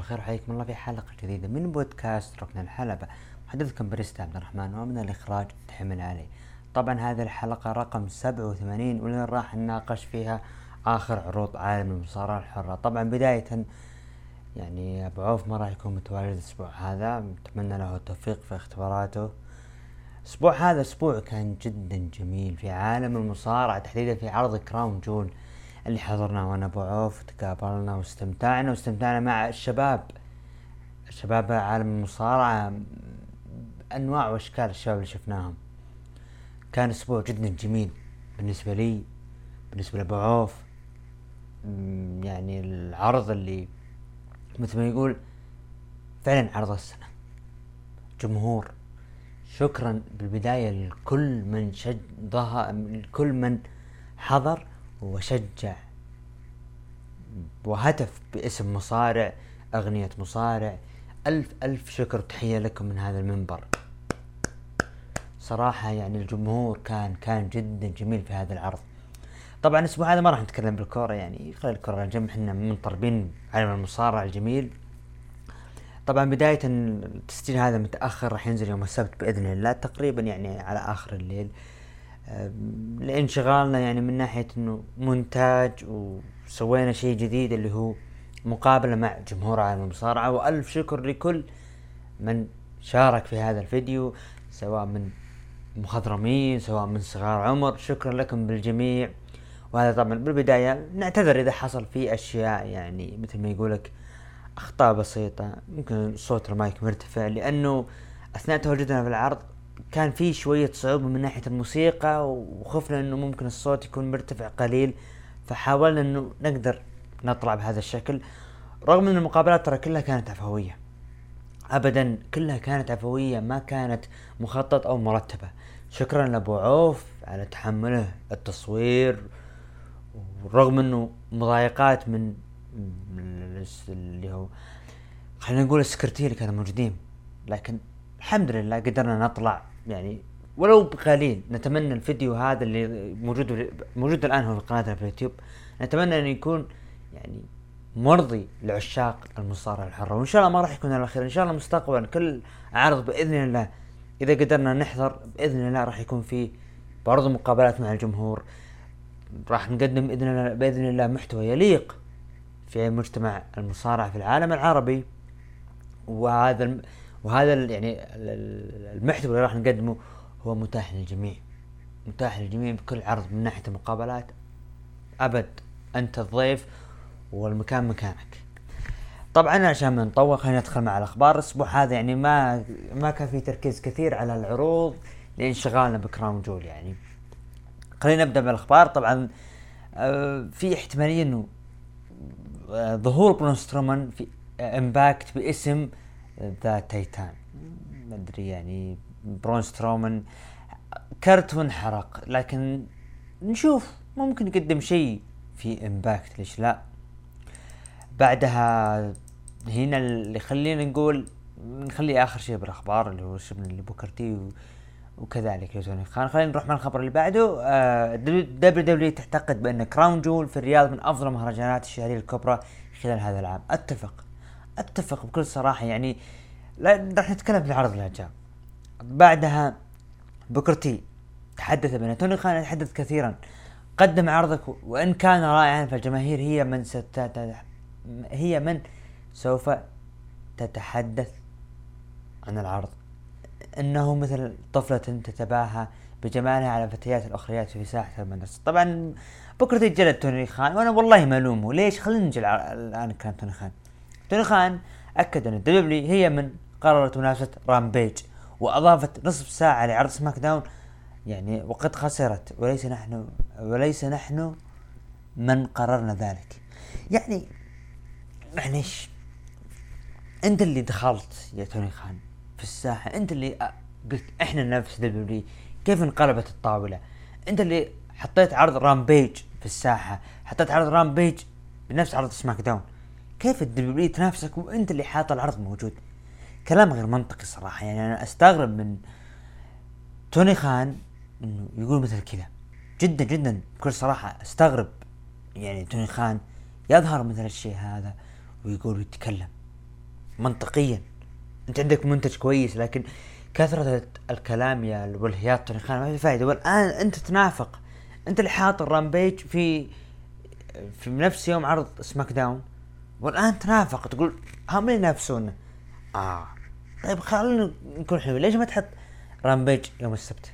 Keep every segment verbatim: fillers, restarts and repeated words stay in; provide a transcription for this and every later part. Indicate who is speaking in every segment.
Speaker 1: بخير وحياكم الله في حلقة جديدة من بودكاست ركن الحلبة. محدثكم بريستا عبد الرحمن ومن الإخراج تحمل علي. طبعا هذه الحلقة رقم سبعة وثمانين واللي راح نناقش فيها آخر عروض عالم المصارعة الحرة. طبعا بداية يعني أبو عوف ما راح يكون متواجد الأسبوع هذا، نتمنى له التوفيق في اختباراته. الأسبوع هذا أسبوع كان جدا جميل في عالم المصارعة، تحديدا في عرض كراون جول اللي حضرنا وانا ابو عوف، تقابلنا واستمتعنا واستمتعنا مع الشباب الشباب عالم المصارعة، انواع واشكال الشباب اللي شفناهم. كان اسبوع جدا جميل بالنسبة لي، بالنسبة لابو عوف. يعني العرض اللي مثل ما يقول فعلا عرض السنة. جمهور، شكرا بالبداية لكل من شج ظهر، لكل من حضر وشجع وهتف باسم مصارع، أغنية مصارع. ألف ألف شكر وتحية لكم من هذا المنبر. صراحة يعني الجمهور كان كان جدا جميل في هذا العرض. طبعا الأسبوع هذا ما راح نتكلم بالكورة، يعني خلي الكورة على جنب، احنا منطربين عالم المصارعة الجميل. طبعا بداية التسجيل هذا متأخر، راح ينزل يوم السبت بإذن الله تقريبا يعني على آخر الليل، لانشغالنا يعني من ناحية انه مونتاج، وسوينا شيء جديد اللي هو مقابلة مع جمهور عالم المصارعة. والف شكر لكل من شارك في هذا الفيديو، سواء من مخضرمين سواء من صغار عمر، شكرا لكم بالجميع. وهذا طبعا بالبداية نعتذر اذا حصل في اشياء يعني مثل ما يقولك اخطاء بسيطة، ممكن صوت المايك مرتفع، لانه اثناء تواجدنا في العرض كان في شوية صعوبة من ناحية الموسيقى، وخفنا انه ممكن الصوت يكون مرتفع قليل، فحاولنا انه نقدر نطلع بهذا الشكل. رغم ان المقابلات ترى كلها كانت عفوية، ابدا كلها كانت عفوية، ما كانت مخطط او مرتبة. شكرا لابو عوف على تحمله التصوير، ورغم انه مضايقات من اللي هو خلينا نقول السكرتير اللي كانوا موجودين، لكن الحمد لله قدرنا نطلع يعني ولو بقليل. نتمنى الفيديو هذا اللي موجود موجود الآن هو في قناتنا في اليوتيوب، نتمنى أن يكون يعني مرضي لعشاق المصارعة الحرة، وإن شاء الله ما راح يكون على خير. إن شاء الله مستقبلا كل عرض بإذن الله إذا قدرنا نحضر بإذن الله راح يكون فيه برضو مقابلات مع الجمهور، راح نقدم بإذن الله بإذن الله محتوى يليق في مجتمع المصارعة في العالم العربي. وهذا الم... وهذا ال... يعني المحتوى اللي راح نقدمه هو متاح للجميع، متاح للجميع بكل عرض من ناحية المقابلات. أبد أنت الضيف والمكان مكانك. طبعا عشان ما نطول خلينا ندخل مع الأخبار. الأسبوع هذا يعني ما ما كان في تركيز كثير على العروض لانشغالنا بكراون جول. يعني خلينا نبدأ بالأخبار. طبعا آه في احتمالية إنه آه ظهور برون سترومان في امباكت باسم ذا تايتان. ما ادري يعني برون سترومان كرت وانحرق، لكن نشوف ممكن يقدم شيء في امباكت، ليش لا. بعدها هنا اللي خلينا نقول نخلي اخر شيء بالاخبار اللي هو شبن اللي بوكرتي وكذلك توني خان. خلينا نروح مع الخبر اللي بعده. دبليو دبليو تعتقد بان كراون جول في الرياض من افضل المهرجانات الشهرية الكبرى خلال هذا العام. اتفق اتفق بكل صراحة. يعني لا راح نتكلم في العرض اللي جاء. بعدها بوكرتي تحدث بأن توني خان يتحدث كثيرا، قدم عرضك وإن كان رائعا فالجماهير هي من ست هي من سوف تتحدث عن العرض، إنه مثل طفلة تتباهى بجمالها على فتيات الأخريات في ساحة المدرسة. طبعا بوكرتي جلد توني خان، وأنا والله ما ألومه. ليش؟ خلينا نجي الآن كلام توني خان. توني خان أكد أن الدبليو هي من قررت منافسة رامبيج، وأضافت نصف ساعة لعرض سماك داون يعني وقد خسرت، وليس نحن وليس نحن من قررنا ذلك. يعني معليش، أنت اللي دخلت يا توني خان في الساحة، أنت اللي قلت إحنا ننافس دبليو، كيف انقلبت الطاولة؟ أنت اللي حطيت عرض رامبيج في الساحة، حطيت عرض رامبيج بنفس عرض سماك داون، كيف الدبليو تنافسك وانت اللي حاط العرض موجود؟ كلام غير منطقي صراحة. يعني انا استغرب من توني خان انه يقول مثل كذا، جدا جدا بكل صراحة استغرب. يعني توني خان يظهر مثل الشيء هذا ويقول ويتكلم، منطقيا انت عندك منتج كويس، لكن كثرة الكلام يا والهياط توني خان ما في فايدة. والآن انت تنافق، انت اللي حاط الرامبيج في في نفس يوم عرض سماك داون، والآن تنافق تقول هم اللي ينافسونا. اه طيب خلينا نكون حلو، ليش ما تحط رامبيج يوم السبت؟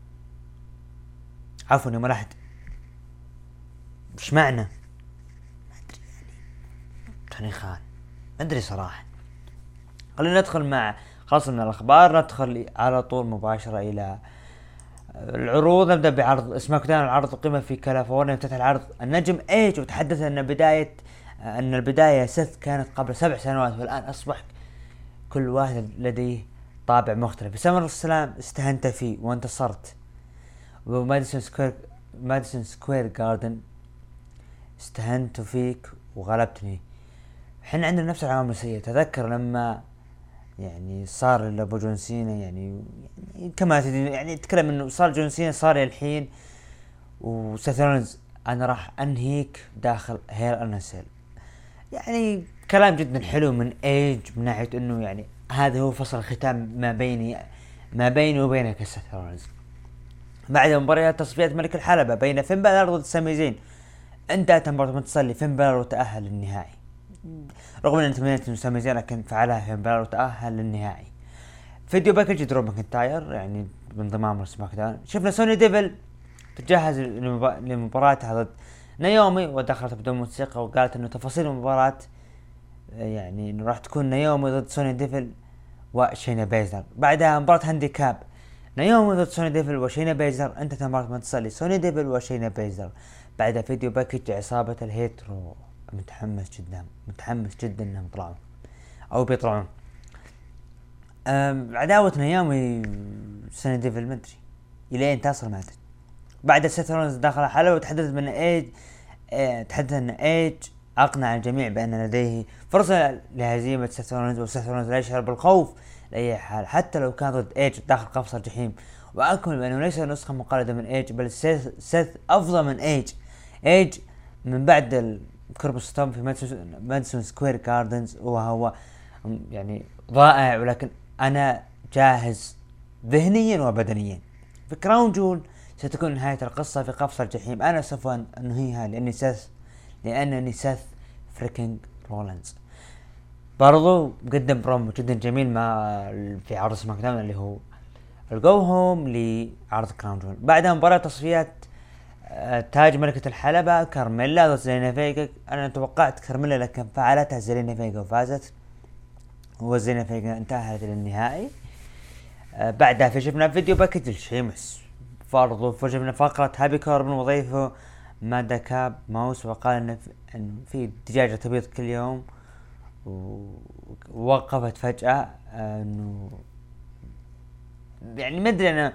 Speaker 1: عفوا يوم الاحد، ايش معنى؟ ما ادري يعني توني خان ما ادري صراحة. خلينا ندخل مع خاصة من الاخبار، ندخل على طول مباشرة الى العروض. نبدأ بعرض سماك داون، العرض القمة في كاليفورنيا. افتتح العرض النجم ايج وتحدث ان بداية ان البداية سث كانت قبل سبع سنوات، والان اصبح كل واحد لديه طابع مختلف. في سمر السلام استهنت فيه وانتصرت، وماديسون سكوير ماديسون سكوير جاردن استهنت فيك وغلبتني. احنا عندنا نفس العوامل السيئة. تذكر لما يعني صار لابو جون سينا، يعني, يعني كما تدين يعني يتكلم انه صار جون سينا صار الحين وسترونز انا راح انهيك داخل هير انسل. يعني كلام جدا حلو من ايج من ناحية انه يعني هذا هو فصل الختام ما بيني ما بيني وبينك سترونز. بعد مباريات تصفيات ملك الحلبة بين فين بالر ضد سامي زين، انتهت مباراة متصلي فين بالر وتأهل للنهائي، رغم ان تمنيت انه سامي زين لكن فعلها فين بالر وتأهل للنهائي. فيديو باكج درو ماكنتاير يعني بانضمام لسماك داون. شفنا سوني ديفل تجهز لمباراتها ضد نايومي ودخلت بدون موسيقى، وقالت انه تفاصيل المباراة يعني انه راح تكون نايومي ضد سوني ديفل وشينا بيزر. بعدها مباراة هانديكاب نايومي ضد سوني ديفل وشينا بيزر، انتهت مباراة متصلي سوني ديفل وشينا بيزر. بعدها فيديو باكج عصابة الهيترو. متحمس جدا متحمس جدا انهم يطلعون او بيطلعون. عداوة نايومي سوني ديفل مدري الين تصل ما ادري. بعد سيث رولينز دخل الحلبة وتحدث من ايج اه تحدث ان ايج اقنع الجميع بان لديه فرصة لهزيمة سيث رولينز، وسيث رولينز لا يشعر بالخوف لاي حال حتى لو كان ضد ايج داخل قفص الجحيم. واكمل بانه ليس نسخة مقلدة من ايج بل سيث, سيث افضل من ايج. ايج من بعد الكرب ستوم في ماديسون سكوير جاردنز وهو يعني ضائع، ولكن انا جاهز ذهنيا وبدنيا. في كراون جول ستكون نهاية القصة في قفص الجحيم. انا سوف انهيها لاني سيث لانني سيث فريكينج رولينز. برضو قدم برومو جدا جميل ما في عرض سماك داون اللي هو الجو هوم لعرض كراون جول. بعدها مباراة تصفيات تاج ملكة الحلبة كارميلا ضد زيلينا فيجا. انا توقعت كارميلا لكن فعلتها زيلينا فيجا وفازت، وزيلينا فيجا انتهت للنهائي. آه بعدها في شفنا فيديو باكج الشيمس فرضوا فشفنا فقرة هابي كوربن وضيفه مادا كاب ماوس، وقال ان في دجاجة تبيض كل يوم، ووقفت فجأة انه يعني مدري انا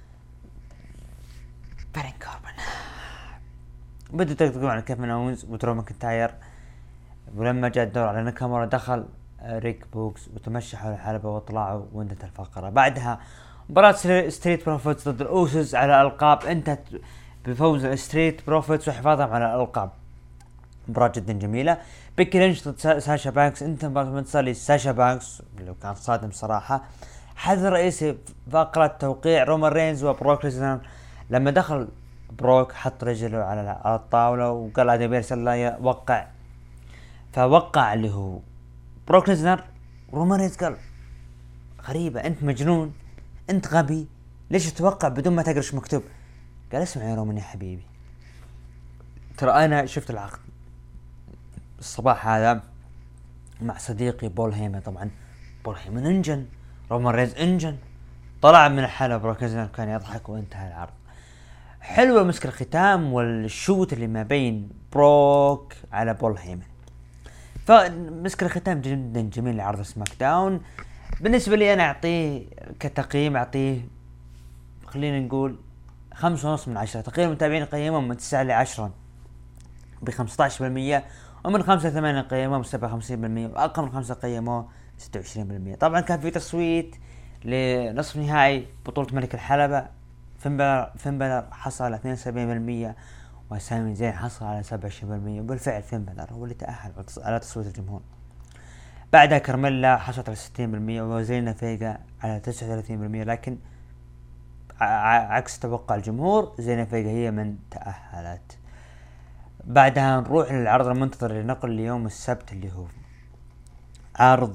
Speaker 1: بارين كوربن بدوا يتكلمون عن كيفن اونز ودرو ماكنتاير. ولما جاء الدور على ناكامورا دخل ريك بوكس وتمشى حول الحلبة وطلعوا وانتهت الفقرة. بعدها مباراة ستريت بروفيتس ضد الأوسوس على الألقاب، انتهت بفوز ستريت بروفيتس وحفاظهم على الألقاب. مباراة جدا جميلة. بيكي لينش ضد ساشا بانكس، انت مباراة منتصر ساشا بانكس لو كان صادم صراحة. حدث رئيسي فقرة توقيع رومان رينز وبروك ليزنر. لما دخل بروك حط رجله على الطاولة وقال ادم بيرس الله يوقع، فوقع اللي هو بروك ليزنر. رومان رينز قال غريبة، انت مجنون، انت غبي، ليش توقع بدون ما تقرا مكتوب؟ قال اسمع يا رومان يا حبيبي، ترى انا شفت العقد الصباح هذا مع صديقي بول هيمن. طبعا بول هيمن انجن، رومان رينز انجن، طلع من الحلبة بروك ليزنر كان يضحك وانتهى العرض. حلوة مسك الختام والشوت اللي ما بين بروك على بول هيمن، فمسك الختام جدا جميل لعرض سماك داون. بالنسبة لي انا اعطيه كتقييم اعطيه خلينا نقول خمسة ونص من عشرة. تقييم المتابعين قيمهم من تسعة لعشرة بخمسة عشر بالمية، ومن خمسة ثمانية قيموه سبعة وخمسين بالمية، وأقل من خمسة قيموه ستة وعشرين بالمية. طبعا كان في تصويت لنصف نهائي بطولة ملك الحلبة. فين بالر حصل على اثنين وسبعين بالمية وسامي زين حصل على سبعة وعشرين بالمية، وبالفعل فين بالر هو اللي تأهل على تصويت الجمهور. بعدها كارميلا حصلت على ستين بالمية وزيلينا فيجا على تسعة وثلاثين بالمية، لكن عكس توقع الجمهور زيلينا فيجا هي من تأهلت. بعدها نروح للعرض المنتظر لنقل ليوم السبت اللي هو عرض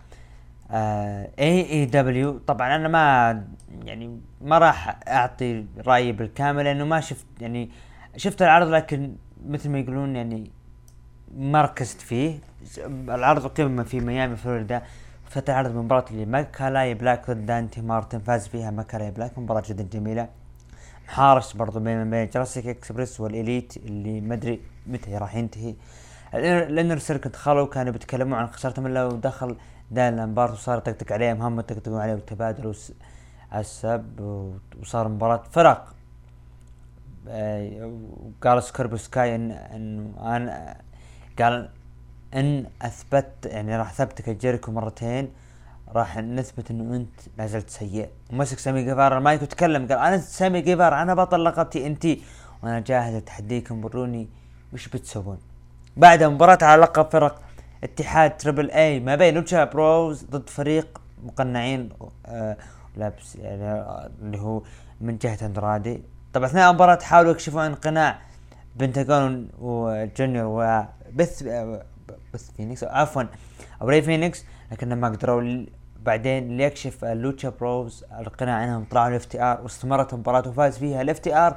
Speaker 1: اي اي دبليو. طبعا انا ما يعني ما راح اعطي رايي بالكامل لانه ما شفت، يعني شفت العرض لكن مثل ما يقولون يعني ما ركزت فيه. العرض قيم في ميامي فلوريدا، فتح عرض مباراة اللي ماكالاي بلاك ضد دانتي مارتن، فاز فيها ماكالاي بلاك، مباراة جدا جميلة. محارش برضو بين بين جراسيك اكسبريس والإليت اللي ما ادري متى راح ينتهي. الانر سيركل دخلوا كانوا بيتكلموا عن خسارة من لو دخل دان لامبارت وصار تكتك عليهم، هم تكتكوا عليه وتبادلوا السب وصار مباراة فرق. وقال سكوربو سكاي ان انه انا قال ان اثبت يعني راح اثبتك جيريكو مرتين، راح نثبت انه انت لازلت سيء. ومسك سامي جيفارا المايك وتكلم قال انا سامي جيفارا، انا بطل لقب تي ان تي وانا جاهز اتحديكم، وروني وش بتسوون. بعد مباراة على لقب فرق اتحاد تريبل اي ما بين لوتشا بروز ضد فريق مقنعين آه لابس يعني آه اللي هو من جهة اندرادي. طبعا اثناء المباراة حاولوا يكشفوا عن قناع بنتاغون وجونيور وبث آه بث فينيكس عفوا او ري فينيكس، لكنهم ما قدروا. بعدين اللي يكشف لوتشا بروز القناع انهم طلعوا الاف تي ار، واستمرت المباراة وفاز فيها الاف تي ار،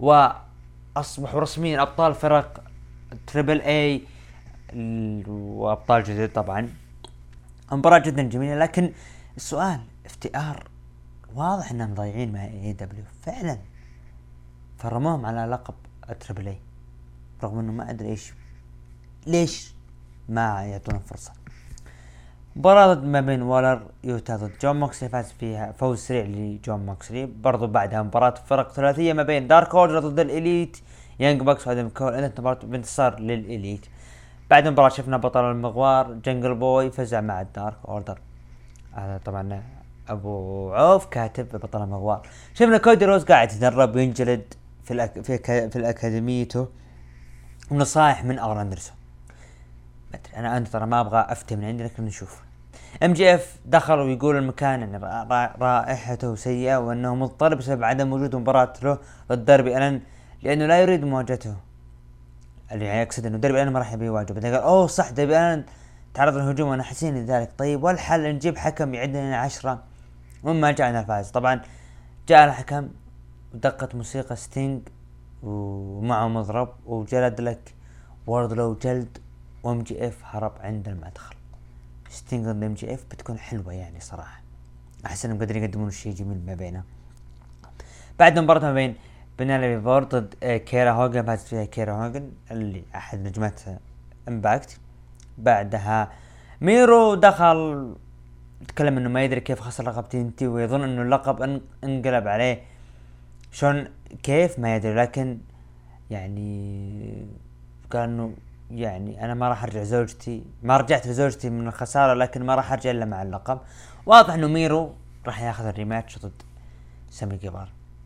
Speaker 1: واصبحوا رسميا ابطال فرق تريبل اي وابطال جديد. طبعا مباراة جدا جميلة، لكن السؤال اف تي ار واضح انهم ضايعين مع اي دبليو فعلا، فرموهم على لقب تريبل اي رغم انه ما ادري ايش ليش ما يعطون فرصة. مباراة ما بين وولر يوتا ضد جون موكسلي، فاز فيها فوز سريع لجون موكسلي. برضو بعدها مباراة فرق ثلاثية ما بين دارك اوردر ضد الاليت، يانج باكس وادم كول، انت مباراة بانتصار للاليت. بعد المباراة شفنا بطل المغوار جنجل بوي فزع مع الدارك اوردر، هذا طبعا ابو عوف كاتب بطل المغوار. شفنا كودي روز قاعد يتدرب وينجلد في الأك... في, ك... في الاكاديميته ونصائح من ارن اندرسون. مدري انا انت ترى ما ابغى افتي من عندي لكن نشوف. ام جي اف دخل ويقول المكان ان رائحته سيئة وانه مضطرب بسبب عدم وجود مباراة له ضد ديربي الن لانه لا يريد مواجهته، اللي يقصد انه ديربي الن ما راح يبي يواجهه. بعدين قال اوه صح ديربي الن تعرض للهجوم وانا حسين لذلك، طيب والحل نجيب حكم يعد لنا عشرة وما جاءنا الفائز. طبعا جاء الحكم ودقت موسيقى ستينج ومعه مضرب وجلد لك ووردلو جلد، وام جي اف هرب عند المدخل. ستينج ضد ام جي اف بتكون حلوة يعني صراحة، احس انهم قادرين يقدمون شيء جميل ما بينه. بعد مباراة ما بين بنالي فورد ضد كيرا هوغن، فازت فيها كيرا هوغن اللي احد نجمات امباكت. بعدها ميرو دخل تكلم انه ما يدري كيف خسر لقب تي ان تي ويظن انه اللقب انقلب عليه، شلون كيف ما يدري، لكن يعني قال انه يعني انا ما راح ارجع زوجتي ما رجعت لزوجتي من الخسارة لكن ما راح ارجع الا مع اللقب. واضح انه ميرو راح ياخذ الريماتش ضد سامي جيفار.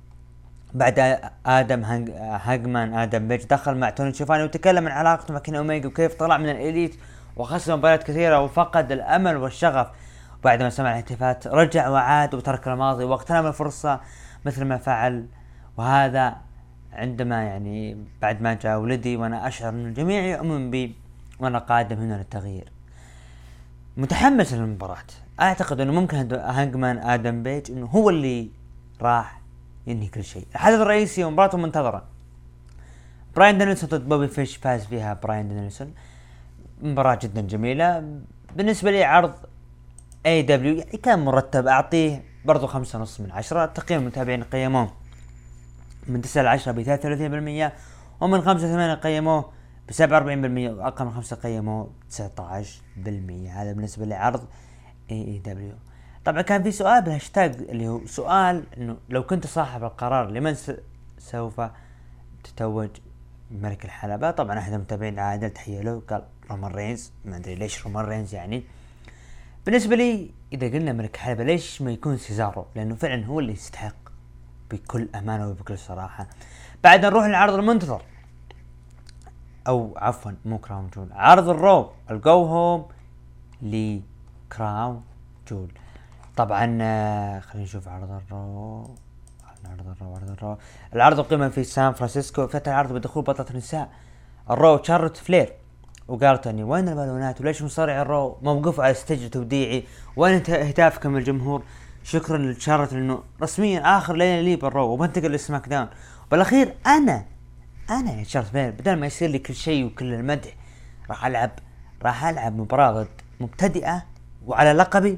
Speaker 1: بعد ادم هانج... هاجمان ادم بيج دخل مع توني تشوفاني وتكلم عن علاقته مع كين اوميجا وكيف طلع من الاليت وخسر مباريات كثيرة وفقد الامل والشغف. بعد ما سمع الهتافات رجع وعاد وترك الماضي واغتنم الفرصة مثل ما فعل، وهذا عندما يعني بعد ما جاء ولدي وانا اشعر ان الجميع يؤمن بي وانا قادم هنا للتغيير. متحمس للمباراة، اعتقد انه ممكن هانجمان ادم بيج انه هو اللي راح ينهي كل شيء. الحدث الرئيسي ومباراة منتظرة براين دانيلسون ضد بوبي فيش، فاز فيها براين دانيلسون. مباراة جدا جميلة بالنسبة لي. عرض اي دبليو يعني كان مرتب، اعطيه برضو خمسة ونص من عشرة. تقييم المتابعين قيموه من تسعة لعشرة بثلاثة وثلاثين بالمية، ومن خمسة ثمانية قيموه بسبعة وأربعين بالمية، وأقل من خمسة قيموه بتسعة عشر بالمية. هذا بالنسبة لعرض اي اي دبليو. طبعا كان في سؤال بالهاشتاج اللي هو سؤال انه لو كنت صاحب القرار لمن سوف تتوج ملك الحلبة. طبعا احد المتابعين عادل تحية له قال رومان رينز، ما ادري ليش رومان رينز يعني. بالنسبة لي اذا قلنا ملك الحلبة ليش ما يكون سيزارو، لانه فعلا هو اللي يستحق بكل امانة وبكل صراحة. بعد نروح للعرض المنتظر او عفوا مو كراون جول، عرض الرو الجو هوم لكراون جول. طبعا آه، خلينا نشوف عرض الرو. عرض الرو عرض الرو العرض أقيم في سان فرانسيسكو. فتح العرض بدخول بطلة النساء الرو شارلوت فلير، وقالت اني وين البالونات وليش مصارع الرو موقفوا على الستيج توديعي، وين هتافكم من الجمهور. شكرا لشارلوت انه رسميا اخر ليله لي بالرو وبنتقل لسماك داون. بالاخير انا انا يا شارلوت فلير بدل ما يصير لي كل شيء وكل المدح راح العب راح العب مباراه ضد مبتدئه وعلى لقبي.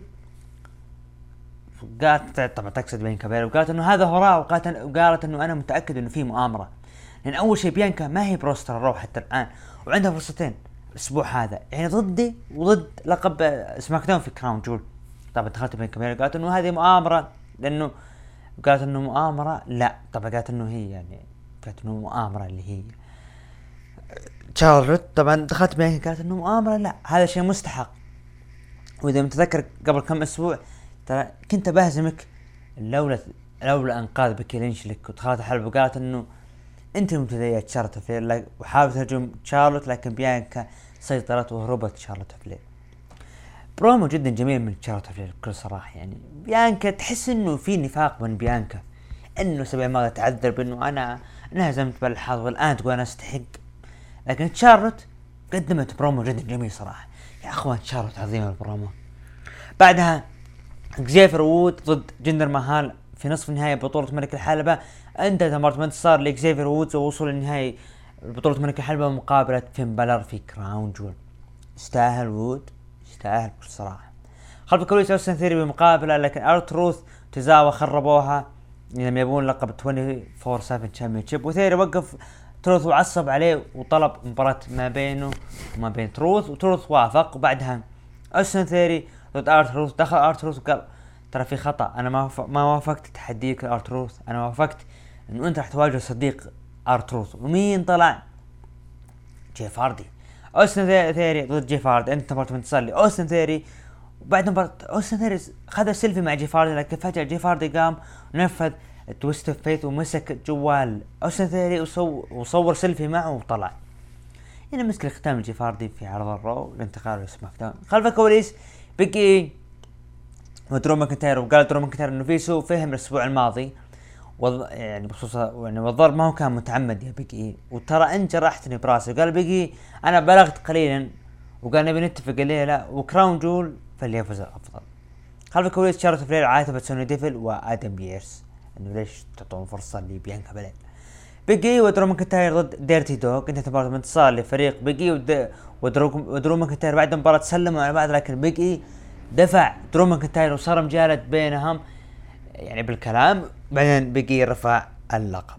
Speaker 1: قالت طبعا تقصد بيانكا بيل، وقالت انه هذا هراء، وقالت وقالت انه انا متاكد انه في مؤامره، لان اول شيء بيانكا ما هي بروستر الرو حتى الان، وعندها فرصتين الاسبوع هذا يعني ضدي وضد لقب سماك داون في كراون جول. طبعا دخلت بيانكا بيل قالت انه هذه مؤامره، لانه قالت انه مؤامره لا طبعا قالت انه هي يعني قالت انه مؤامره اللي هي شارلوت. طبعا دخلت بيانكا قالت انه مؤامره لا هذا شيء مستحق، واذا متذكر قبل كم اسبوع ترى كنت بهزمك لولا لولا انقاذ بيكي لينش لك، ودخلت الحلبة وقالت انه انت المبتدئة شارلوت فلير، وحاولت تهجم شارلوت لكن بيانكا سيطرت وهربت شارلوت فلير. برومو جدا جميل من شارلوت فلير بكل صراحة. يعني بيانكا تحس انه في نفاق من بيانكا، انه سبع مرات تعذر بانه انا انهزمت بالحظ والان تقول انا استحق، لكن شارلوت قدمت برومو جدا جميل صراحة. يا اخوان شارلوت عظيمة البرومو. بعدها اكزيفير وود ضد جندر ماهال في نصف النهائي بطولة ملك الحلبة. انتهت مباراة انتصار لاكزيفير وودز ووصول النهائي بطولة ملك الحلبة مقابلة فين بالر في كراون جول. استاهل وود استاهل بصراحة. خلف الكواليس اوستن ثيري بمقابلة، لكن ارتروث تزاوى خربوها لم يبون لقب أربعة وعشرين سبعة تشامبيونشيب، وثيري وقف تروث وعصب عليه وطلب مباراة ما بينه وما بين تروث، وتروث وافق. وبعدها اوستن ثيري ضد ارتروث. دخل ارتروث وقال ترى في خطأ، انا ما ما وافقت تحديك ارتروث، انا وافقت انه انت راح تواجه صديق ارتروث. ومين طلع؟ جيف هاردي. اوستن ثيري ضد جيف هاردي. انت مباراة انتصار لاوستن ثيري، وبعد مباراة اوستن ثيري خذ سيلفي مع جيف هاردي، لكن فجأة جيف هاردي قام ونفذ تويست اوف فيث ومسك جوال اوستن ثيري وصور, وصور سيلفي معه وطلع. هنا يعني مسك ختام جيف هاردي في عرض الرو لانتقاله لسماك داون. خلف الكواليس بيج اي ودرو ماكنتاير، وقال درو ماكنتاير انه في سوء فهم الاسبوع الماضي وض... يعني بخصوص يعني والضرب ما هو كان متعمد يا بيج اي، وترى انت جرحتني براسي. وقال بيج اي انا بلغت قليلا، وقال نبي نتفق الليله وكراون جول فليفوز الافضل. خلف الكواليس شارلوت فلير عاتبت سوني ديفل وادم بيرس انه ليش تعطون فرصه لبيانكا بلين. بيج اي ودرو ماكنتاير ضد ديرتي دوغ. انتهت مباراة انتصار لفريق بيج اي ود... ودرو ودرو ماكنتاير. بعد المباراة تسلموا على بعض، لكن بيج اي دفع درو ماكنتاير وصار مجالد بينهم يعني بالكلام. بعدين بيج اي رفع اللقب.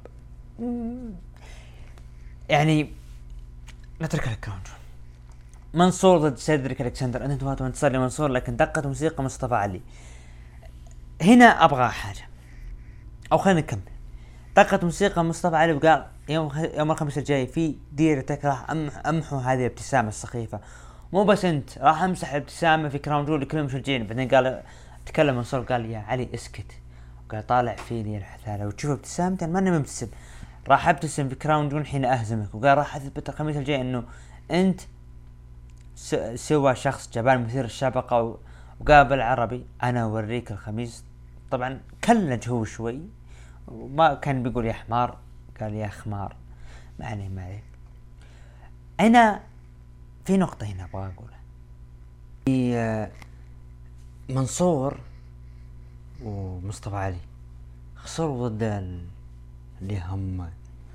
Speaker 1: يعني نترك الكراون جول. منصور ضد سيدريك الكسندر. انت مباراة انتصار لمنصور، لكن دقت موسيقى مصطفى علي. هنا ابغى حاجة او خلينا نكمل. دقت موسيقى مصطفى علي وقال يوم يوم الخميس الجاي في ديرتك راح امحو هذه الابتسامة السخيفة، مو بس انت راح امسح الابتسامة في كراون جول لكل المشجعين. بعدين قال تكلم منصور قال يا علي اسكت، وقال طالع فيني الحثالة وتشوف ابتسامتي انا ماني مبتسم، راح ابتسم في كراون جول حين اهزمك. وقال راح اثبت الخميس الجاي انه انت سوى شخص جبان مثير الشبقة. وقال بالعربي انا اوريك الخميس. طبعا كلج هو شوي وما كان بيقول يا حمار، قال يا خمار. ما عليه ما عليه. هنا في نقطة هنا ابغى اقولها. في منصور ومصطفى علي خسروا ضد اللي هم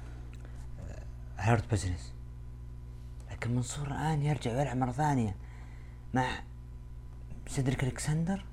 Speaker 1: هارت بزنس، لكن منصور الان يرجع ويلعب مرة ثانية مع سيدريك الكسندر.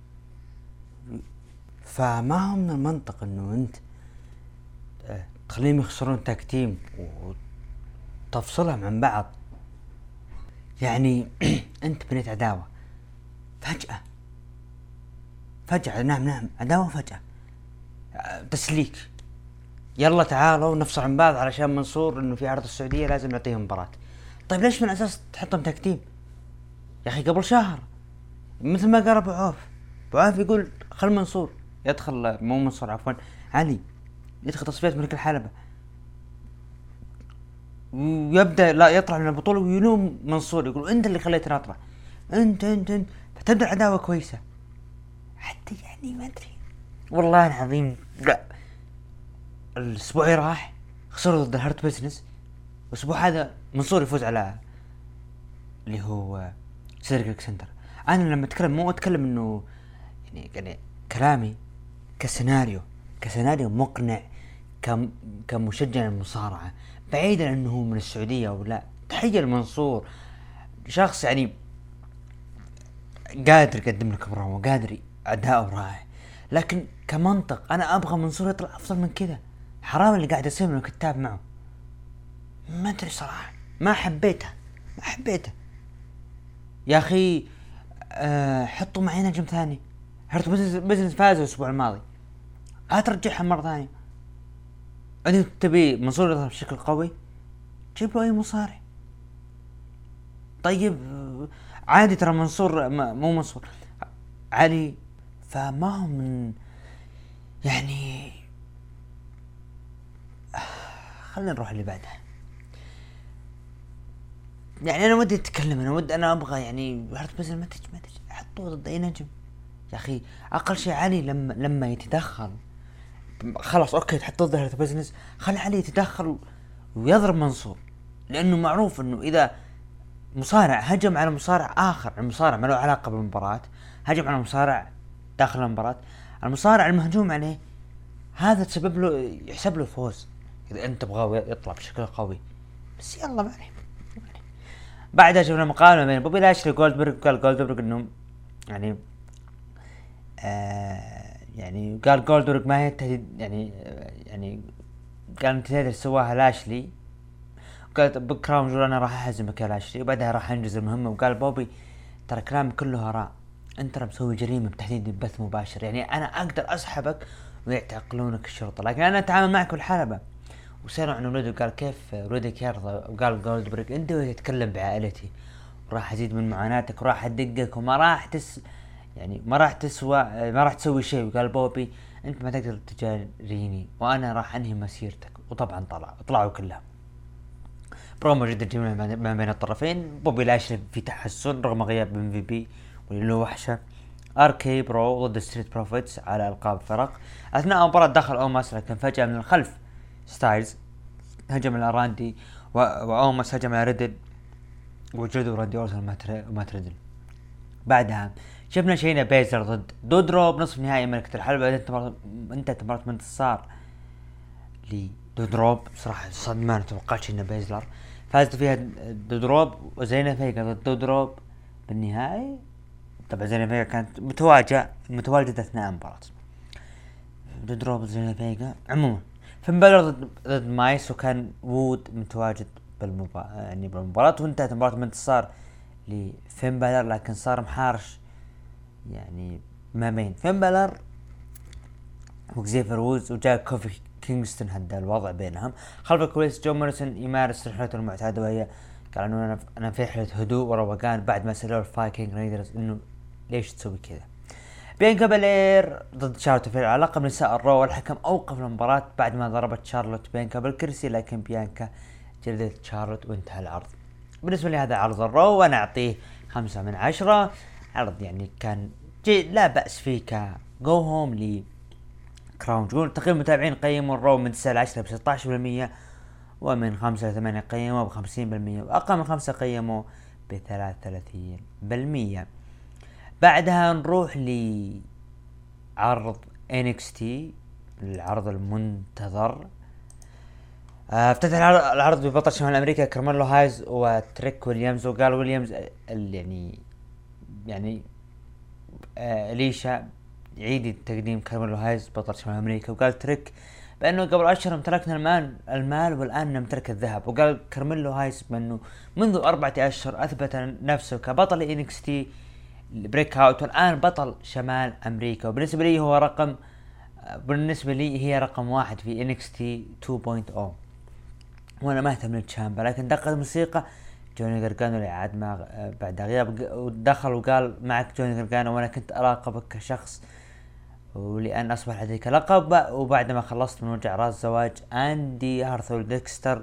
Speaker 1: فما هو من المنطق انه انت تخليهم يخسرون تاك تيم وتفصلهم عن بعض. يعني انت بنيت عداوة فجأة فجأة نعم نعم عداوة فجأة تسليك، يلا تعالوا نفصل عن بعض علشان منصور انه في عرض السعودية لازم نعطيهم مباراة. طيب ليش من اساس تحطهم تاك تيم يا اخي؟ قبل شهر مثل ما قال ابو عوف، ابو عوف يقول خل منصور يدخل، مو منصور عفوا علي يدخل تصفيات ملك الحلبة ويبدأ لا يطلع من البطولة ويلوم منصور، يقول انت اللي خليتني اطلع، انت انت انت فتبدأ العداوة كويسة. حتى يعني ما أدري والله العظيم، لا الأسبوع راح خسروا ضد الهارت بزنس، والأسبوع هذا منصور يفوز على اللي هو سيدريك سنتر. أنا لما أتكلم مو أتكلم إنه يعني, يعني كلامي كسيناريو كسيناريو مقنع كم كمشجع المصارعة، بعيدا انه من السعودية او لا. تحية المنصور، شخص يعني قادر يقدم لك برومو، قادر اداءه رائع، لكن كمنطق انا ابغى منصور يطلع افضل من كذا. حرام اللي قاعد يصير من الكتاب معه، ما ادري صراحة، ما حبيته ما حبيته يا اخي. أه حطوا معي نجم ثاني. هرت بزنس فاز الاسبوع الماضي، هترجعها مرة ثانية. انت تبي منصور يظهر بشكل قوي، جيب له اي مصارع. طيب عادي، ترى منصور مو منصور علي، فما هو من يعني. خلينا نروح اللي بعدها. يعني انا ودي اتكلم، انا ودي انا ابغى يعني هارت بزنس ما تجي ما تجي حطوه ضد اي نجم يا اخي. اقل شيء علي لما لما يتدخل خلاص اوكي تحط ضد هارت بزنس، خلي علي يتدخل ويضرب منصور، لانه معروف انه اذا مصارع هجم على مصارع اخر، المصارع ما له علاقه بالمباراه، هجم على مصارع داخل المباراه، المصارع المهجوم عليه هذا تسبب له يحسب له فوز اذا انت تبغاه يطلع بشكل قوي. بس يلا ما عليه. بعدها شفنا مقابله بين بوبي لاشلي وجولدبرغ. قال جولدبرغ انه يعني آه يعني قال جولدبرغ ما هي تهديد، يعني يعني قال التهديد سواها لاشلي، قالت بكراون جول انا راح اهزمك يا لاشلي، وبعدها راح انجز المهمه. وقال بوبي ترى كلامي كله هراء، انت ترى مسوي جريمه بتحديد البث مباشر، يعني انا اقدر اسحبك ويعتقلونك الشرطه، لكن انا اتعامل معك بالحلبه. وسألوا عن ولده قال كيف ولدك يرضى، وقال جولدبرغ انت تتكلم بعائلتي وراح ازيد من معاناتك وراح ادقك وما راح تس يعني ما راح تسوى ما راح تسوي شيء. وقال بوبي انت ما تقدر تجاريني وانا راح انهي مسيرتك. وطبعا طلع طلعوا كلهم برومو جدا جميل ما بين الطرفين. بوبي لاشلي في تحسن رغم غياب ام في بي واللي له وحشه. ار كي برو ضد ستريت بروفيتس على القاب فرق. اثناء المباراة دخل اوماس، لكن فجأة من الخلف ستايلز هجم على راندي، واوماس هجم على ريدل وجودوا راندي اورتون ومات ريدل. بعدها شفنا شينا بيزر ضد دودرو بنصف نهائي ملكة الحلبة. انت مباراة من انتصار لدودروب، بصراحة صدمة، ما توقعتش ان بيزلر فازت فيها دودروب. وزينا فيجا ضد دودروب بالنهائي. طبعا زينا فيجا كانت متواجدة متواجدة اثناء المباراة. دودروب زينا فيجا عموما فين بالر ضد ضد مايس، وكان وود متواجد بالمباراة يعني بالمباراة. وانتهت المباراة من انتصار لفين بالر، لكن صار محارش يعني ما بين فين بالر وكزيفر وودز، وجاء كوفي كينغستون هدى الوضع بينهم. خلف الكواليس جو موريسون يمارس رحلته المعتادة، وهي قال انه انا انا في رحلة هدوء وروقان بعد ما سألوا الفايكنج رايدرز انه ليش تسوي كذا. بيانكا بالير ضد شارلوت فلير على لقب نساء الرو، والحكم اوقف المباراة بعد ما ضربت شارلوت بيانكا بالكرسي، لكن بيانكا جلدت شارلوت وانتهى العرض. بالنسبة لي هذا عرض الرو وانا اعطيه خمسة من عشرة. عرض يعني كان لا بأس فيه كجو هوم لي كراون جول. تقييم المتابعين قيموا الرو من تسعة إلى عشرة بستة عشر بالمية، ومن خمسة إلى ثمانية قيموا بخمسين بالمية، وأقل من خمسة قيموا بثلاثة وثلاثين بالمية. بعدها نروح لعرض إن إكس تي العرض المنتظر. افتتح آه العرض ببطل شمال أمريكا كارميلو هايز وتريك ويليامز. وقال ويليامز يعني يعني آه ليشا يعيد تقديم كارميلو هايز بطل شمال أمريكا. وقال تريك بأنه قبل أشهر امتلكنا المال المال والآن نمتلك الذهب. وقال كارميلو هايز بأنه منذ أربعة أشهر أثبت نفسه كبطل إن إكس تي بريك اوت، والآن بطل شمال أمريكا. وبالنسبة لي هو رقم بالنسبة لي هي رقم واحد في إن إكس تي تو بوينت أو. وأنا ما أهتم للتشامبا، لكن دقت موسيقى جوني غرغانو اللي عاد ما بعد غياب ودخل وقال معك جوني غرغانو وأنا كنت أراقبك كشخص ولأن أصبح لديك لقب. وبعد ما خلصت من وجع راس زواج أندي هارثول ديكستر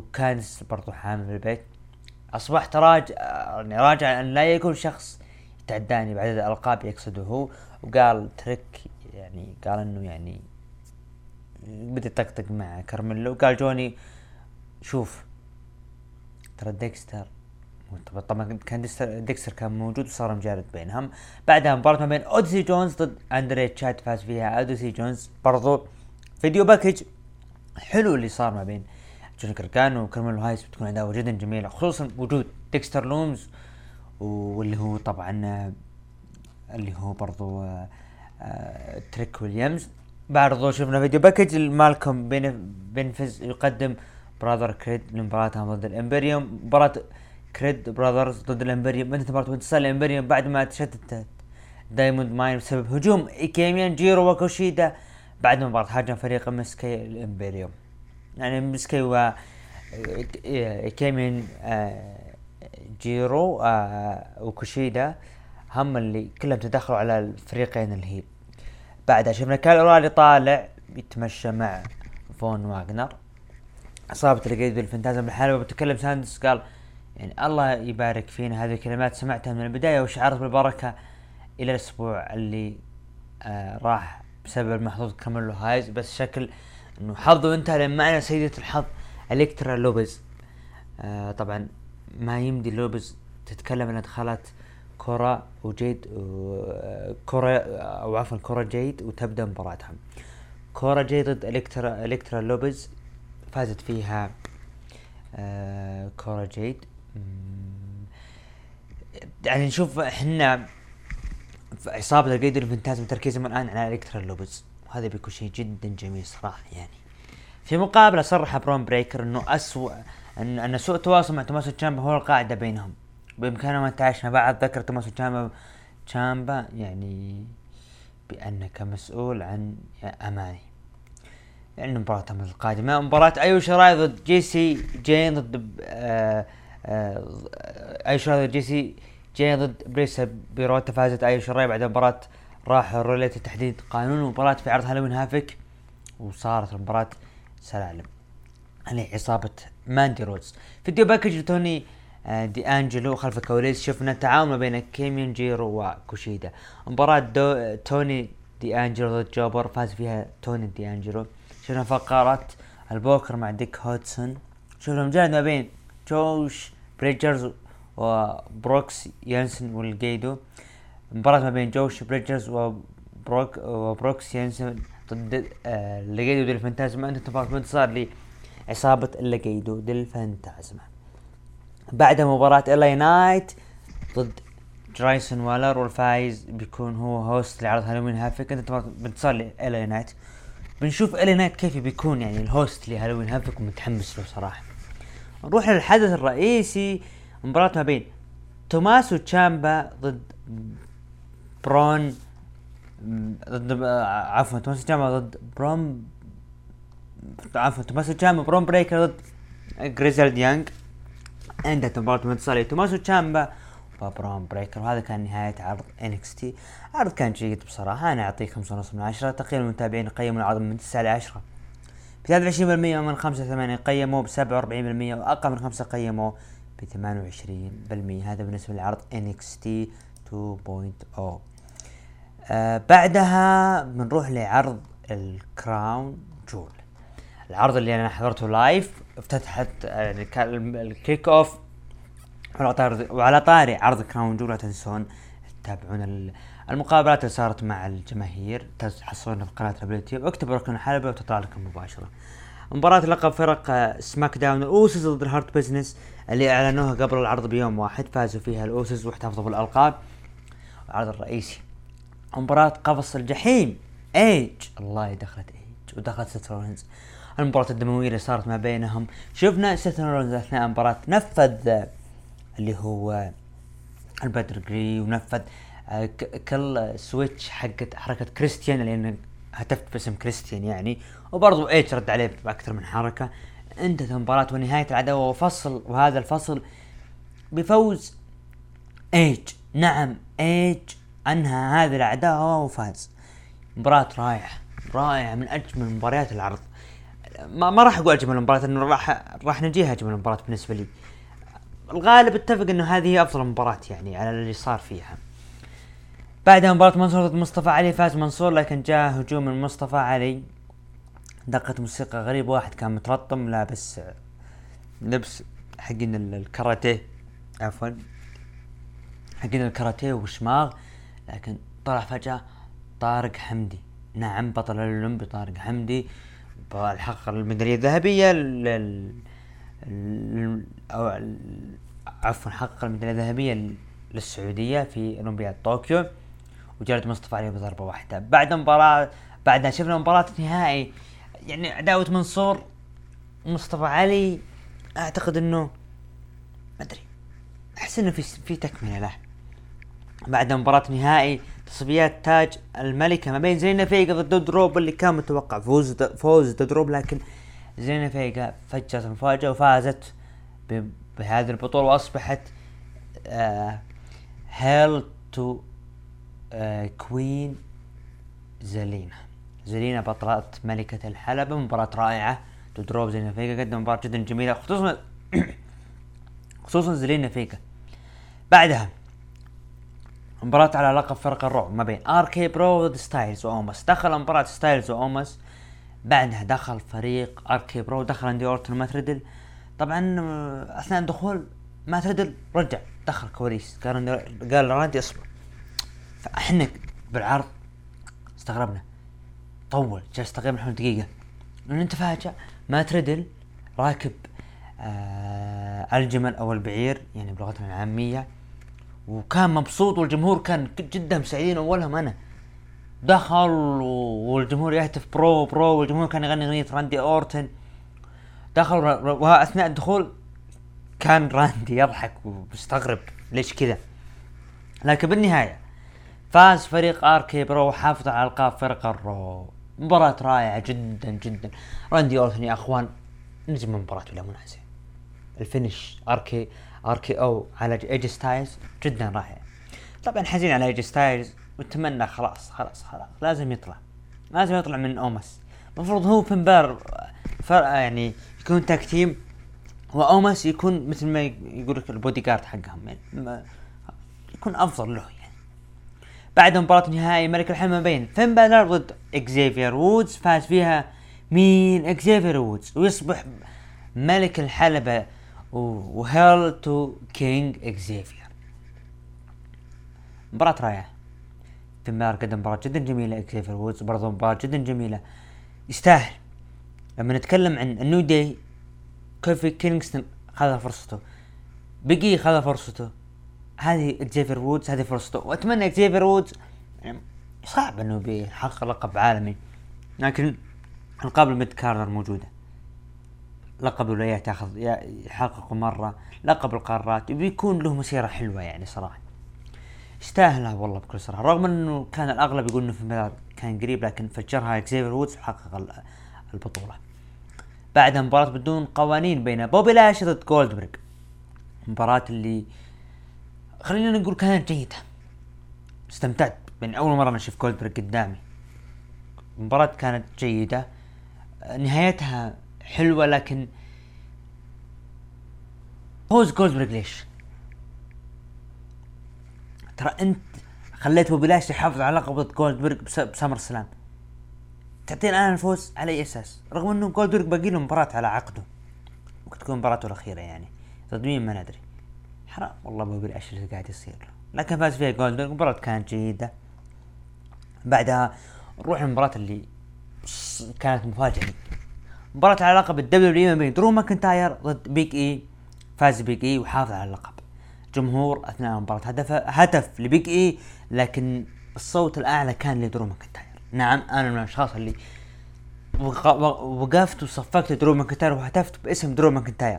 Speaker 1: وكان برضو حامل في البيت، أصبحت راجع يعني راجع أن لا يكون شخص تعداني بعدد الألقاب يقصده هو، وقال تريك يعني قال انه يعني بدي طقطق مع كارميلو، وقال جوني شوف ترى ديكستر، طبعا كان ديكستر كان موجود وصار مجرد بينهم. بعدها مباراة ما بين اوديسي جونز ضد اندري تشاد، فاز فيها اوديسي جونز. برضو فيديو باكج حلو اللي صار ما بين جوني كركان وكارميلو هايس، بتكون عداوة جدا جميلة خصوصا وجود ديكستر لومز واللي هو طبعا اللي هو برضو آآ آآ تريك ويليامز. برضو شفنا فيديو باكج مالكم بينفز يقدم براذر كريد لمباراتهم ضد الامبريوم، مباراة كريد براذرز ضد الامبريوم. انت مباراة انتصار الامبريوم بعد ما تشتتت دايموند ماين بسبب هجوم ايكيميان جيرو وكوشيدا بعد مباراة هاجم فريق مسكي الامبريوم. يعني مسكي و ايكيميان جيرو وكوشيدا هم اللي كلهم تدخلوا على الفريقين الهيل. بعدها شفنا كايل اورالي طالع يتمشى مع فون واغنر، اصابة الجيد بالفانتازم الحالة، وبتكلم ساندس قال يعني الله يبارك فينا، هذه الكلمات سمعتها من البداية وشعرت بالبركة الى الاسبوع اللي آه راح بسبب المحظوظ كارميلو هايز، بس شكل انه حظه انتهى لما معنا سيدة الحظ الكترا لوبيز. آه طبعا ما يمدي لوبيز تتكلم انها دخلت كورا وجيد وكورا او عفوا كورا جيد وتبدا مباراتهم. كورا جيد ضد الكترا الكترا لوبيز، فازت فيها آه كورا جيد. يعني نشوف احنا في عصابة الجيد الفانتازم تركيزهم الان على الكترا لوبيز، وهذا بيكون شيء جدا جميل صراحة. يعني في مقابلة صرح برون بريكر انه اسوأ ان, أن سوء التواصل مع توماسو تشامبا هو القاعدة بينهم، بإمكانهم التعايش مع بعض. ذكر توماسو تشامبا تشامبا يعني بأنك مسؤول عن أماني. يعني مباراتهم القادمة مباراة أيو شراي ضد جيسي جين ضد آآ آآ أيو شراي ضد جيسي جين ضد بريسا بيروتا. فازت أيو شراي بعد مباراة راح روليت تحديد قانون مباراة في عرض هالوين هافك، وصارت المباراة سلالم على عصابة ماندي رودز. فيديو باكج لتوني دي انجلو خلف الكواليس، شفنا تعاون بين كيميان جيرو وكوشيدا. مباراة دو توني دي انجلو ضد جوبر، فاز فيها توني دي انجلو. شفنا فقرات البوكر مع ديك هودسون. شفنا مجاهدة ما بين جوش بريدجرز وبروكس يانسن والجيدو. مباراة ما بين جوش بريدجرز وبروك وبروكس يانسن ضد آه الجيدو دي الفانتازما. انت تفاصيل انتصار لعصابة الجيدو دي الفانتازما. بعد مباراة إلي نايت ضد جرايسون والر، والفايز بيكون هو هوست لعرض هالوين هافك. انت بنتصل لإلي نايت، بنشوف إلي نايت كيف بيكون يعني الهوست لهالوين هافك، ومتحمس له صراحة. نروح للحدث الرئيسي، مباراة ما بين توماسو تشامبا ضد برون ضد عفوا توماسو تشامبا ضد برون عفوا توماسو تشامبا برون بريكر ضد غريزلد يانج. عندها مباراة متصلة توماسو تشامبا وبرون بريكر، وهذا كان نهاية عرض إن إكس تي. عرض كان جيد بصراحة، أنا أعطيه خمسة ونص من عشرة. تقييم المتابعين قيموا العرض من تسعة لعشرة، بثلاثة وعشرين بالمية من خمسة ثمانية قيموا بسبعة وأربعين بالمية، وأقل من خمسة قيموا بثمانية وعشرين بالمية. هذا بالنسبة لعرض إن إكس تي تو بوينت أو. آه بعدها بنروح لعرض الكراون جول، العرض اللي أنا حضرته لايف. افتتحت الكيك اوف، وعلى طاري عرض كراون جول لا تنسون تتابعون المقابلات اللي صارت مع الجماهير، تحصلونها في قناة اليوتيوب، اكتبوا رقم الحلبة وتطلع لكم مباشرة. مباراة لقب فرق سماك داون الأوسس ضد الهارت بيزنس اللي اعلنوها قبل العرض بيوم واحد، فازوا فيها الأوسس واحتفظوا بالألقاب. العرض الرئيسي مباراة قفص الجحيم ايج، الله دخلت ايج ودخلت سيث رولينز. المباراة الدموية اللي صارت ما بينهم، شفنا سيث رولينز اثناء المباراة نفذ اللي هو البدر جري، ونفذ كل سويتش حقت حركة كريستيان لأن هتفت باسم كريستيان يعني، وبرضو ايج رد عليه بأكثر من حركة. انتهت المباراة ونهاية العداوة وفصل، وهذا الفصل بفوز ايج. نعم ايج انهى هذه العداوة وفاز. مباراة رائعة رائعة من اجمل مباريات العرض. ما, ما راح اقول اجمل مباراة انه راح راح نجيها اجمل مباراة بالنسبة لي. الغالب اتفق انه هذه هي افضل مباراة يعني على اللي صار فيها. بعدها مباراة منصور ضد مصطفى علي، فاز منصور لكن جاء هجوم من مصطفى علي، دقت موسيقى غريب، واحد كان مترطم لابس لبس حقين الكاراتيه، عفوا حقين الكاراتيه وشماغ، لكن طلع فجأة طارق حمدي، نعم بطل الأولمبي طارق حمدي، الحق الميدالية الذهبية لل أو عفوا حقق الميدالية الذهبية للسعودية في أولمبياد طوكيو، وجلد مصطفى علي بضربة واحدة. بعد مباراة بعدها شفنا مباراة نهائي، يعني عداوة منصور مصطفى علي، أعتقد إنه ما أدري، أحس إنه في في تكملة له. بعد مباراة نهائي تصفيات تاج الملكة ما بين زينة فيقة ضد دروب، اللي كان متوقع فوز فوز دروب، لكن زينة فيقة فجرت مفاجأة وفازت بهذه البطولة، وأصبحت آه هيل تو آه كوين زلينة زلينة بطلة ملكة الحلبة. مباراة رائعة دروب زينة فيقة، قدم مباراة جدا جميلة، خصوصا خصوصا زلينة فيقة. بعدها مباراة على لقب فرق الرعب ما بين ار كي برو ضد ستايلز واوماس، دخل مباراة ستايلز واوماس، بعدها دخل فريق ار كي برو، دخل راندي اورتون ومات ريدل. طبعا اثناء الدخول مات ريدل رجع دخل كواليس، قال قال راندي اصبر، فاحنا بالعرض استغربنا، طول جلس تقريبا حول دقيقة، لأن نتفاجأ مات ريدل راكب آه الجمل او البعير يعني بلغتنا العامية، وكان مبسوط والجمهور كان جدا مسعيدين. اولهم انا دخل والجمهور يهتف برو برو، والجمهور كان يغني اغنية راندي اورتن، دخل واثناء الدخول كان راندي يضحك ومستغرب ليش كذا، لكن بالنهاية فاز فريق ار كي برو وحافظ على القاب فرق الرو. مباراة رائعة جدا جدا، راندي اورتن يا اخوان نجم المباراة بلا منازع، الفينش ار كي ار كي او على ايج ستايلز جدا رائع. طبعا حزين على ايج ستايلز، واتمنى خلاص خلاص خلاص لازم يطلع لازم يطلع من اومس. المفروض هو فنبار يعني يكون تاكتيم، واومس يكون مثل ما يقول لك البودي جارد حقهم، يعني يكون افضل له يعني. بعد مباراة نهائي ملك الحلبة بين فين بالر ضد اكزيفير وودز، فاز فيها مين؟ اكزيفير وودز، ويصبح ملك الحلبة وهيل تو كينج اكزيفير. مباراة رائعة، فين بالر قدم مباراة جدا جميلة، اكزيفير وودز برضو مباراة جدا جميلة، يستاهل. لما نتكلم عن النيو داي، كوفي كينغستون خذ فرصته، بيجي خذ فرصته، هذه اكزيفير وودز هذه فرصته، واتمنى اكزيفير وودز يعني صعب انه بيحقق لقب عالمي، لكن القاب الميد كارنر موجودة، لقب الولايات ياخذ يحقق مرة، لقب القارات، بيكون له مسيرة حلوة يعني صراحة يستاهلها والله بكل صراحة، رغم انه كان الاغلب يقول انه في الملعب كان قريب، لكن فجرها اكزيفير وودز وحقق البطولة. بعد مباراة بدون قوانين بين بوبي لاشي ضد جولدبرغ، مباراة اللي خلينا نقول كانت جيدة، استمتعت من اول مرة نشوف جولدبرغ قدامي، مباراة كانت جيدة، نهايتها حلوة، لكن فوز جولدبرغ ليش؟ ترى انت خليت بوبي لاشي يحافظ على لقب جولدبرغ بسمر سلام، تعطينا انا الفوز على اي اساس؟ رغم انه جولدبرغ باقي له مباراة على عقده، ممكن تكون مباراته الاخيرة يعني ضد مين ما ندري، حرام والله بوبي لاشي اللي قاعد يصير، لكن فاز فيها جولدبرغ، مباراة كانت جيدة. بعدها نروح المباراة اللي كانت مفاجأة، مباراة على لقب الدبليو ما بين درو ماكنتاير ضد بيج اي، فاز بيج اي وحافظ على اللقب. جمهور اثناء المباراة هدف هتف لبيج اي، لكن الصوت الاعلى كان لدرو ماكنتاير. نعم انا من الاشخاص اللي وقفت وصفقت درو ماكنتاير وهتفت باسم درو ماكنتاير،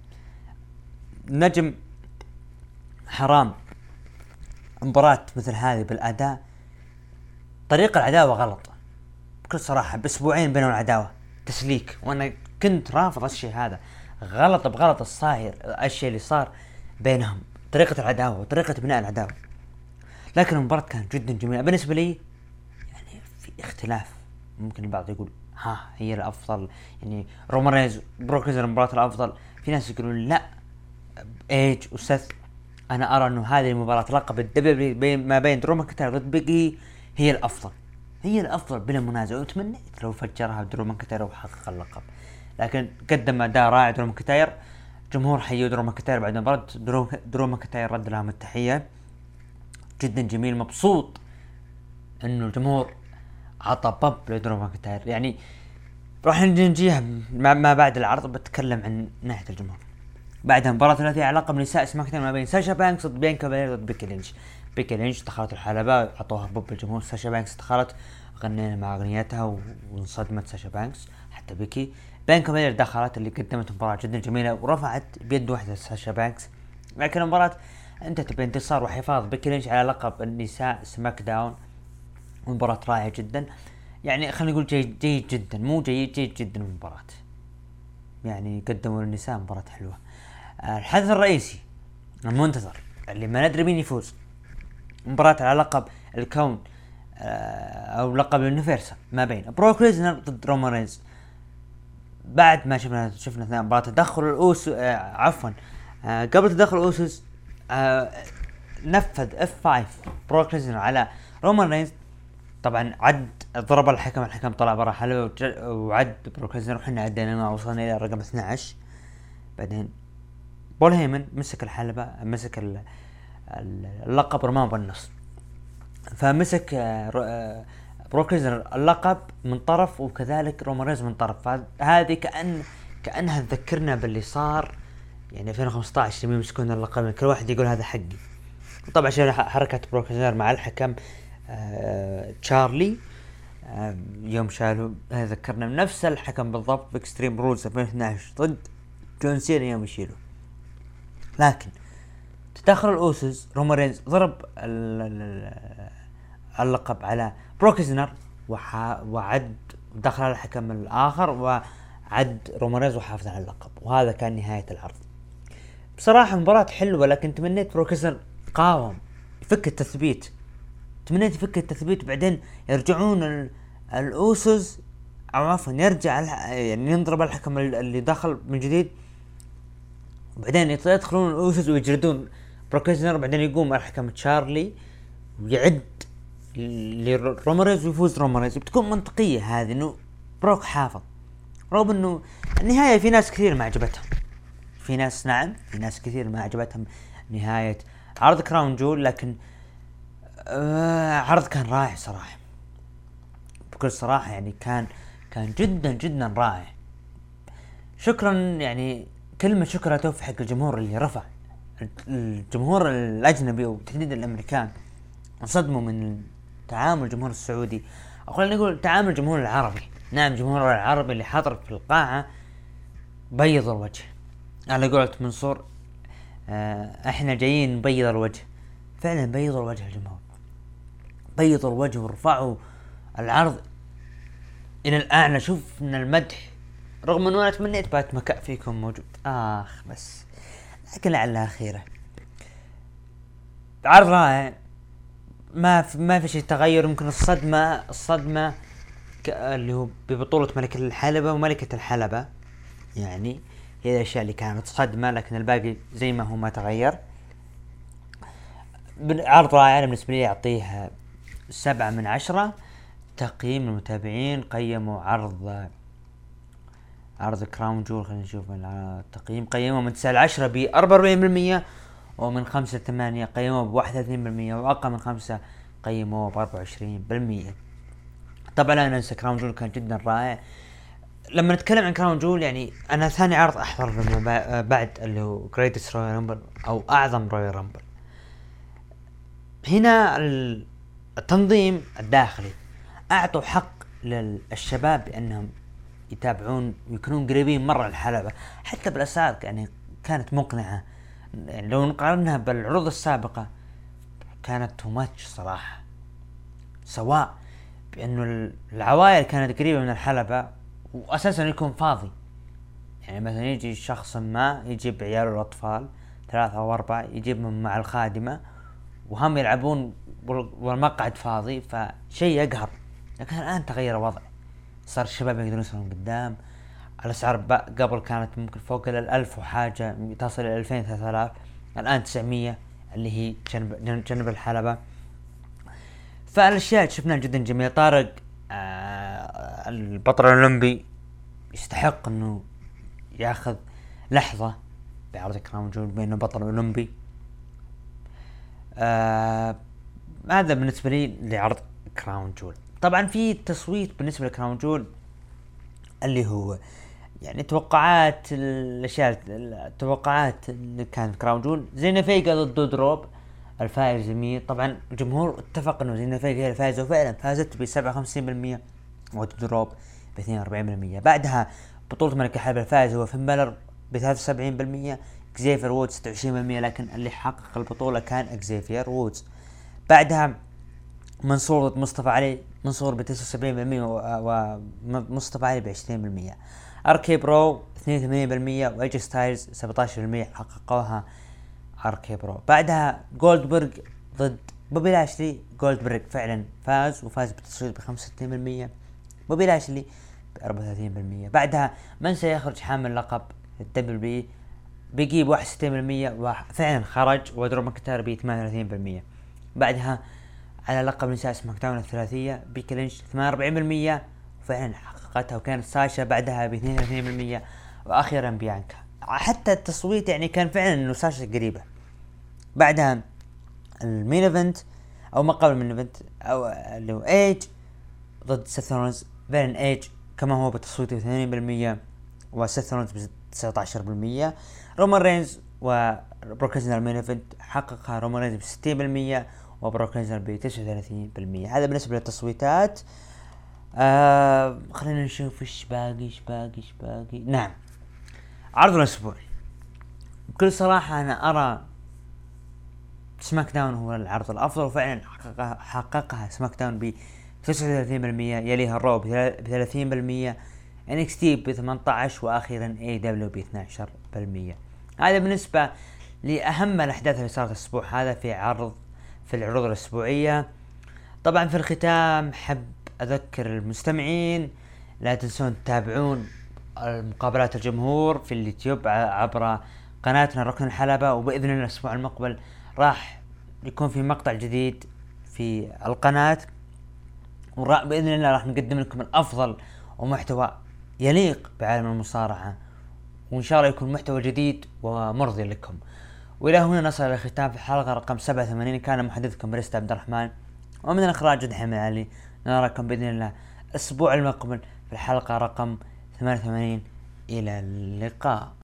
Speaker 1: نجم حرام. مباراة مثل هذه بالاداء، طريقة العداوة غلط بكل صراحة، باسبوعين بينهم العداوة تسليك، وانا كنت رافض الشيء هذا، غلط بغلط الصاير، الشيء اللي صار بينهم، طريقة العداوة وطريقة بناء العداوة. لكن المباراة كانت جدا جميلة بالنسبة لي، يعني في اختلاف، ممكن البعض يقول ها هي الافضل، يعني رومان رينز بروك ليزنر المباراة الافضل، في ناس يقولون لا ايج وسث انا ارى انه هذه المباراة لقب الدبليو بين ما بين درو ماكنتاير ضد بيجي هي الافضل، هي الافضل بلا منازع، وتمنيت لو فجرها درو ماكنتاير وحقق اللقب، لكن قدم اداء رائع درو ماكنتاير. جمهور حيوا درو ماكنتاير بعد مباراة، درو, درو ماكنتاير رد لهم التحية جدا جميل، مبسوط انه الجمهور عطى باب لدرو ماكنتاير. يعني راح نجيها ما بعد العرض، بتكلم عن ناحية الجمهور. بعدها مباراة ثلاثية على لقب نساء سماكداون ما بين ساشا بانكس ضد بيانكا بالير ضد بيكي لينش. بيكي لينش دخلت الحلبة عطوها بوب الجمهور، ساشا بانكس دخلت غنينا مع اغنيتها وانصدمت ساشا بانكس حتى بيكي. بيانكا بالير دخلت اللي قدمت مباراة جدا جميلة ورفعت بيد واحدة ساشا بانكس، لكن المباراة انتهت بانتصار وحفاظ بيكي لينش على لقب النساء سماك داون. مباراة رائعة جدا، يعني خلينا نقول جيد جيد جدا، مو جيد جيد جدا المباراة، يعني قدموا للنساء مباراة حلوة. الحدث الرئيسي المنتظر اللي ما ندري مين يفوز، مباراة على لقب الكون او لقب اليونيفرسال ما بين بروك ليزنر ضد رومان رينز. بعد ما شفنا شفنا اثناء مباراة تدخل الاوس آه عفوا آه قبل تدخل الاوسوس آه نفذ اف خمسة بروك ليزنر على رومان رينز. طبعا عد ضرب الحكم، الحكم طلع برا حلبة وعد بروك ليزنر، وحنا عدينا ما وصلنا الى الرقم اثني عشر. بعدين بول هيمن مسك الحلبة، مسك اللقب رماه بالنص، فمسك بروك ليزنر اللقب من طرف وكذلك رومان رينز من طرف. فهذه كأن كأنها تذكرنا باللي صار يعني ألفين وخمسة عشر لما يمسكون اللقب كل واحد يقول هذا حقي. طبعا عشان حركة بروك ليزنر مع الحكم آه تشارلي آه يوم شالوا، ذكرنا بنفس الحكم بالضبط باكستريم رولز ألفين واثني عشر ضد جون سينا يوم يشيلوا. لكن تدخل الأوسوس، رومان رينز ضرب اللقب على بروك ليزنر وعد دخل على الحكم الآخر وعد رومان رينز وحافظ على اللقب، وهذا كان نهاية العرض. بصراحة مباراة حلوة، لكن تمنيت بروك ليزنر قاوم يفك التثبيت، تمنيت يفك التثبيت بعدين يرجعون الأوسوس أو عفوا يرجع يعني ينضرب الحكم اللي دخل من جديد، وبعدين يدخلون الأوسوس ويجردون بروك ليزنر. بعدين يقوم الحكم تشارلي ويعد لرومان رينز ويفوز رومان رينز. بتكون منطقية هذه انه بروك حافظ، رغم انه النهاية في ناس كثير ما عجبتهم، في ناس نعم في ناس كثير ما عجبتهم نهاية عرض كراون جول، لكن آه عرض كان رائع صراحة، بكل صراحة يعني كان كان جدا جدا رائع. شكرا، يعني كلمة شكرا توفي حق الجمهور اللي رفع، الجمهور الأجنبي وتحديدا الأمريكان انصدموا من تعامل الجمهور السعودي، أو خلينا نقول تعامل الجمهور العربي. نعم الجمهور العربي اللي حاضر في القاعة بيض الوجه، على قولة منصور آه احنا جايين نبيض الوجه. فعلا بيض الوجه الجمهور، بيض الوجه ورفعوا العرض إلى الأعلى. شوف من المدح، رغم أنه أنا تمنيت بات مكاء فيكم موجود آخ بس، لكن لعلها خيرة. عرض رائع، ما في ما في شيء تغير. يمكن الصدمة الصدمة اللي هو ببطولة ملك الحلبة وملكة الحلبة، يعني هي الأشياء اللي كانت صدمة، لكن الباقي زي ما هو ما تغير. عرض رائع بالنسبة لي، أعطيها سبعة من عشرة. تقييم المتابعين قيموا عرض عرض كراون جول، خلينا نشوف التقييم، قيموا من تسعة لعشرة بأربعة وأربعين بالمية، ومن خمسة ثمانية قيموا بواحد وثلاثين بالمية، وأقل من خمسة قيموا بأربعة وعشرين بالمية. طبعا لا ننسى كراون جول كان جدا رائع. لما نتكلم عن كراون جول يعني أنا ثاني عرض أحضر بعد اللي هو جريتست رويال رامبل أو أعظم رويال رامبل. هنا التنظيم الداخلي أعطوا حق للشباب بأنهم يتابعون ويكونون قريبين مرة الحلبة، حتى بالأسعار يعني كانت مقنعة. يعني لو نقارنها بالعروض السابقة كانت تو ماتش صراحة، سواء بأنه العوائل كانت قريبة من الحلبة وأساسا يكون فاضي، يعني مثلا يجي شخص ما يجيب عياله الأطفال ثلاثة أو أربعة يجيبهم مع الخادمة وهم يلعبون والمقعد فاضي، فشيء يقهر. لكن الآن تغير الوضع، صار الشباب يقدرون يصيرون قدام. الأسعار قبل كانت ممكن فوق الألف وحاجة، تصل إلى ألفين ثلاثة آلاف، الآن تسعمية اللي هي جنب جنب الحلبة. فالاشياء شفناها جدا جميلة. طارق آه البطل الاولمبي يستحق انه ياخذ لحظة بعرض كراون جول بانه بطل اولمبي. آه هذا بالنسبة لي لعرض كراون جول. طبعا في تصويت بالنسبة لكراون جول اللي هو يعني توقعات الاشياء التوقعات اللي كانت كراون جول. زينا فيجا ضد دروب الفائز جميل. طبعا الجمهور اتفق انه زينا فيجا هي الفائزة وفعلا فازت ب سبعة وخمسين بالمية ودروب ب اثنين وأربعين بالمية. بعدها بطولة ملك الحلبة الفائز هو فين بالر ب ثلاثة وسبعين بالمية، اكزيفير وودز ستة وعشرين بالمية، لكن اللي حقق البطولة كان اكزيفير وودز. بعدها منصور ضد مصطفى علي، منصور ب تسعة وسبعين بالمية ومصطفى علي ب عشرين بالمية. اركي برو اثنين وثمانين بالمية وايجي ستايلز سبعة عشر بالمية حققوها اركي برو. بعدها جولدبرغ ضد بوبي لاشلي، جولدبرغ فعلا فاز وفاز بتصويت ب خمسة وستين بالمية، بوبي لاشلي ب أربعة وثلاثين بالمية. بعدها من سيخرج حامل لقب الدبليو بي بيجي ب واحد وستين بالمية وفعلا خرج، ودرو ماكنتاير ب ثمانية وثلاثين بالمية. بعدها على لقب نساء سماك داون الثلاثية بيكي لينش ثمانية وأربعين بالمية وفعلا حققتها، وكانت ساشا بعدها ب اثنين وثلاثين بالمية، واخيرا بيانكا. حتى التصويت يعني كان فعلا انه ساشا قريبة. بعدها المين ايفنت او ما قبل المين ايفنت او اللي هو ايج ضد سيث رولينز، فعلا ايج كما هو بتصويت ب ثمانين بالمية وسيث رولينز ب تسعة عشر بالمية. رومان رينز وبروك ليزنر المين ايفنت حققها رومان رينز ب ستين بالمية وبروك ليزنر ب تسعة وثلاثين بالمية. هذا بالنسبة للتصويتات. آه خلينا نشوف ايش باقي ايش باقي ايش باقي. نعم، عرض الاسبوع بكل صراحة انا ارى سماك داون هو العرض الافضل، وفعلا حققها, حققها سماك داون ب تسعة وثلاثين بالمية، يليها الرو ب ثلاثين بالمية، ان اكس تي ب ثمانية عشر، واخيرا اي دبليو ب اثني عشر بالمية. هذا بالنسبة لاهم الاحداث اللي صارت الاسبوع هذا في عرض في العروض الاسبوعية. طبعا في الختام حب اذكر المستمعين لا تنسون تتابعون مقابلات الجمهور في اليوتيوب عبر قناتنا ركن الحلبة، وباذن الله الاسبوع المقبل راح يكون في مقطع جديد في القناة، وباذن الله راح نقدم لكم الافضل ومحتوى يليق بعالم المصارعة، وان شاء الله يكون محتوى جديد ومرضي لكم. والى هنا نصل الى ختام في الحلقة رقم سبعة وثمانين. كان محدثكم بريست عبد الرحمن، ومن الاخراج دحيم علي. نراكم باذن الله الاسبوع المقبل في الحلقة رقم ثمانية وثمانين. الى اللقاء.